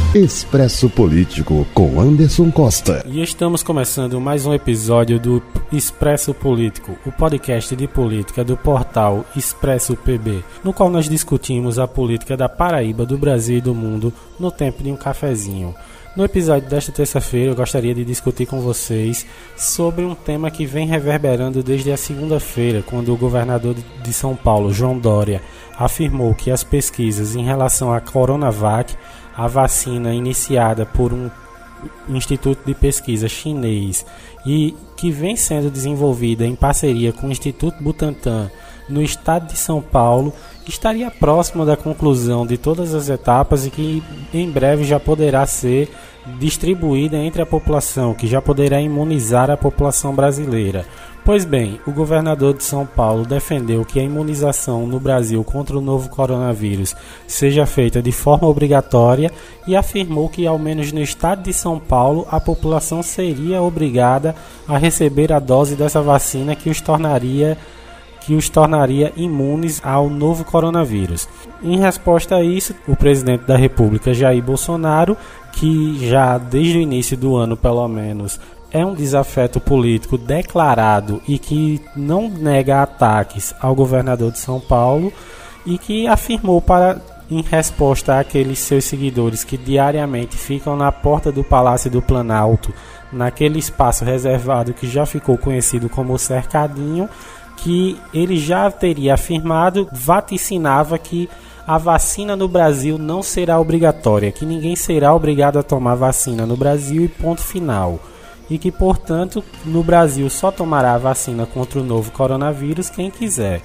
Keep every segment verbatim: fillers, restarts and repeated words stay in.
Expresso Político com Anderson Costa. E estamos começando mais um episódio do Expresso Político, o podcast de política do portal Expresso P B, no qual nós discutimos a política da Paraíba, do Brasil e do mundo no tempo de um cafezinho. No episódio desta terça-feira eu gostaria de discutir com vocês sobre um tema que vem reverberando desde a segunda-feira, quando o governador de São Paulo, João Dória, afirmou que as pesquisas em relação à Coronavac, a vacina iniciada por um instituto de pesquisa chinês e que vem sendo desenvolvida em parceria com o Instituto Butantan no estado de São Paulo, estaria próximo da conclusão de todas as etapas e que em breve já poderá ser distribuída entre a população, que já poderá imunizar a população brasileira. Pois bem, o governador de São Paulo defendeu que a imunização no Brasil contra o novo coronavírus seja feita de forma obrigatória e afirmou que, ao menos no estado de São Paulo, a população seria obrigada a receber a dose dessa vacina que os tornaria que os tornaria imunes ao novo coronavírus. Em resposta a isso, o presidente da República, Jair Bolsonaro, que já desde o início do ano, pelo menos, é um desafeto político declarado e que não nega ataques ao governador de São Paulo, e que afirmou para, em resposta àqueles seus seguidores que diariamente ficam na porta do Palácio do Planalto, naquele espaço reservado que já ficou conhecido como o Cercadinho, que ele já teria afirmado, vaticinava que a vacina no Brasil não será obrigatória, que ninguém será obrigado a tomar vacina no Brasil e ponto final. E que, portanto, no Brasil só tomará a vacina contra o novo coronavírus quem quiser.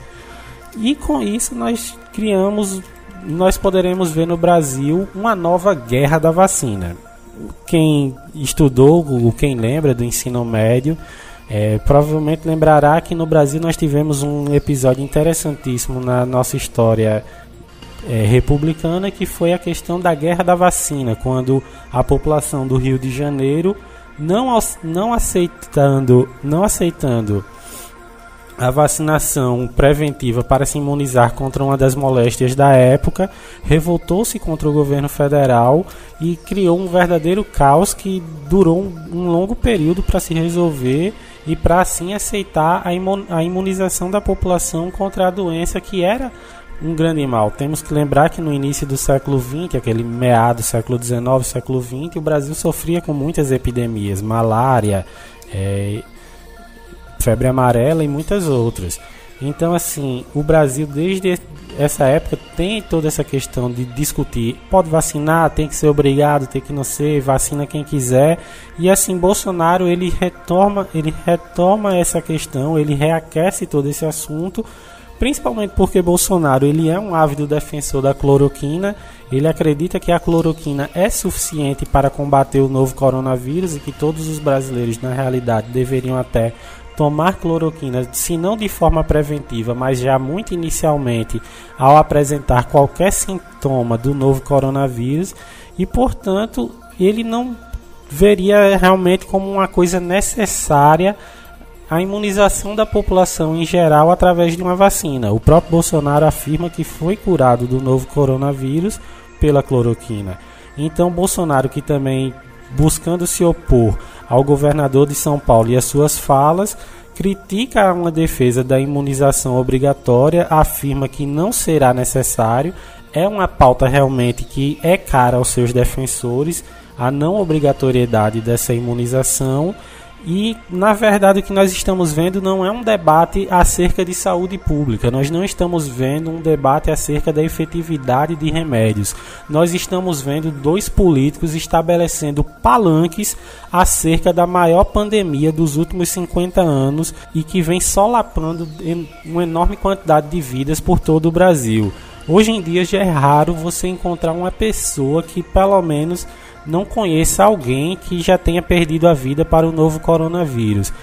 E com isso nós criamos, nós poderemos ver no Brasil uma nova guerra da vacina. Quem estudou, quem lembra do ensino médio, É, provavelmente lembrará que no Brasil nós tivemos um episódio interessantíssimo na nossa história é, republicana, que foi a questão da guerra da vacina, quando a população do Rio de Janeiro, não, não, aceitando, não aceitando a vacinação preventiva para se imunizar contra uma das moléstias da época, revoltou-se contra o governo federal e criou um verdadeiro caos que durou um, um longo período para se resolver e para assim aceitar a, imun, a imunização da população contra a doença, que era um grande mal. Temos que lembrar que no início do século vinte, aquele meado do século dezenove, século vinte, o Brasil sofria com muitas epidemias, malária, é, febre amarela e muitas outras. Então, assim, o Brasil desde essa época tem toda essa questão de discutir, pode vacinar, tem que ser obrigado, tem que não ser, vacina quem quiser. E assim, Bolsonaro, ele retoma, ele retoma essa questão, ele reaquece todo esse assunto, principalmente porque Bolsonaro, ele é um ávido defensor da cloroquina. Ele acredita que a cloroquina é suficiente para combater o novo coronavírus e que todos os brasileiros, na realidade, deveriam até tomar cloroquina, se não de forma preventiva, mas já muito inicialmente, ao apresentar qualquer sintoma do novo coronavírus, e, portanto, ele não veria realmente como uma coisa necessária a imunização da população em geral através de uma vacina. O próprio Bolsonaro afirma que foi curado do novo coronavírus pela cloroquina. Então, Bolsonaro, que também, buscando se opor ao governador de São Paulo e as suas falas, critica uma defesa da imunização obrigatória, afirma que não será necessário, é uma pauta realmente que é cara aos seus defensores, a não obrigatoriedade dessa imunização. E, na verdade, o que nós estamos vendo não é um debate acerca de saúde pública. Nós não estamos vendo um debate acerca da efetividade de remédios. Nós estamos vendo dois políticos estabelecendo palanques acerca da maior pandemia dos últimos cinquenta anos e que vem solapando uma enorme quantidade de vidas por todo o Brasil. Hoje em dia já é raro você encontrar uma pessoa que, pelo menos, não conheça alguém que já tenha perdido a vida para o novo coronavírus.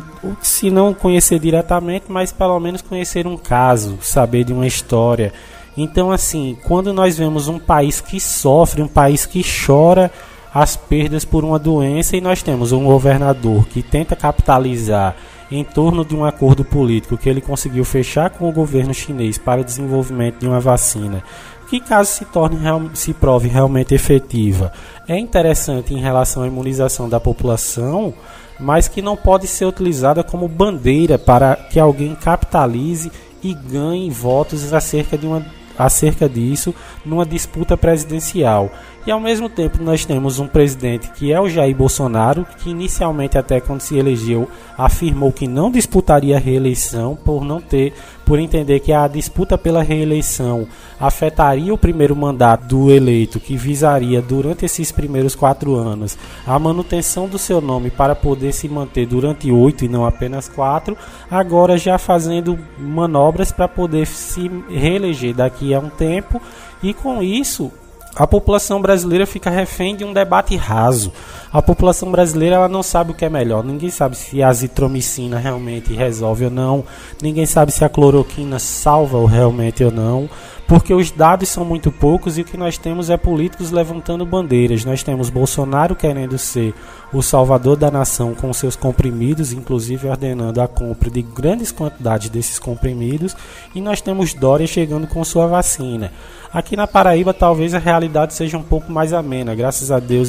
Se não conhecer diretamente, mas pelo menos conhecer um caso, saber de uma história. Então, assim, quando nós vemos um país que sofre, um país que chora as perdas por uma doença, e nós temos um governador que tenta capitalizar em torno de um acordo político que ele conseguiu fechar com o governo chinês para o desenvolvimento de uma vacina que, caso se torne se prove realmente efetiva, é interessante em relação à imunização da população, mas que não pode ser utilizada como bandeira para que alguém capitalize e ganhe votos acerca de uma acerca disso numa disputa presidencial. E ao mesmo tempo nós temos um presidente que é o Jair Bolsonaro, que inicialmente, até quando se elegeu, afirmou que não disputaria a reeleição por não ter, por entender que a disputa pela reeleição afetaria o primeiro mandato do eleito, que visaria durante esses primeiros quatro anos a manutenção do seu nome para poder se manter durante oito e não apenas quatro, agora já fazendo manobras para poder se reeleger daqui a um tempo, e com isso a população brasileira fica refém de um debate raso. A população brasileira ela não sabe o que é melhor. Ninguém sabe se a azitromicina realmente resolve ou não. Ninguém sabe se a cloroquina salva realmente ou não. Porque os dados são muito poucos e o que nós temos é políticos levantando bandeiras. Nós temos Bolsonaro querendo ser o salvador da nação com seus comprimidos, inclusive ordenando a compra de grandes quantidades desses comprimidos. E nós temos Dória chegando com sua vacina. Aqui na Paraíba talvez a realidade seja um pouco mais amena, graças a Deus.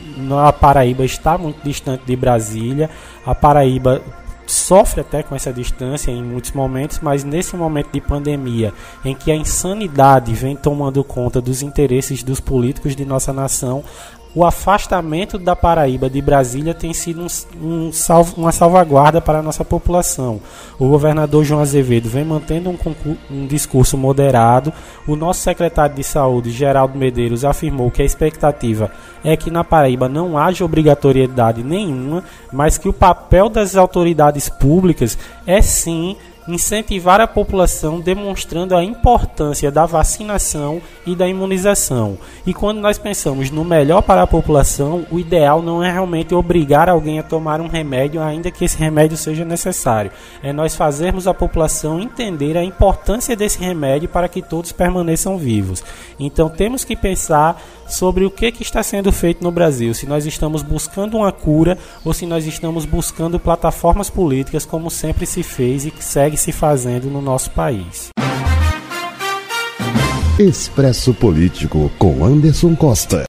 A Paraíba está muito distante de Brasília, a Paraíba sofre até com essa distância em muitos momentos, mas nesse momento de pandemia, em que a insanidade vem tomando conta dos interesses dos políticos de nossa nação, o afastamento da Paraíba de Brasília tem sido um, um salvo, uma salvaguarda para a nossa população. O governador João Azevedo vem mantendo um, um discurso moderado. O nosso secretário de Saúde, Geraldo Medeiros, afirmou que a expectativa é que na Paraíba não haja obrigatoriedade nenhuma, mas que o papel das autoridades públicas é sim incentivar a população, demonstrando a importância da vacinação e da imunização. E quando nós pensamos no melhor para a população, o ideal não é realmente obrigar alguém a tomar um remédio, ainda que esse remédio seja necessário. É nós fazermos a população entender a importância desse remédio para que todos permaneçam vivos. Então temos que pensar sobre o que, que está sendo feito no Brasil, se nós estamos buscando uma cura ou se nós estamos buscando plataformas políticas como sempre se fez e que segue se fazendo no nosso país. Expresso Político com Anderson Costa.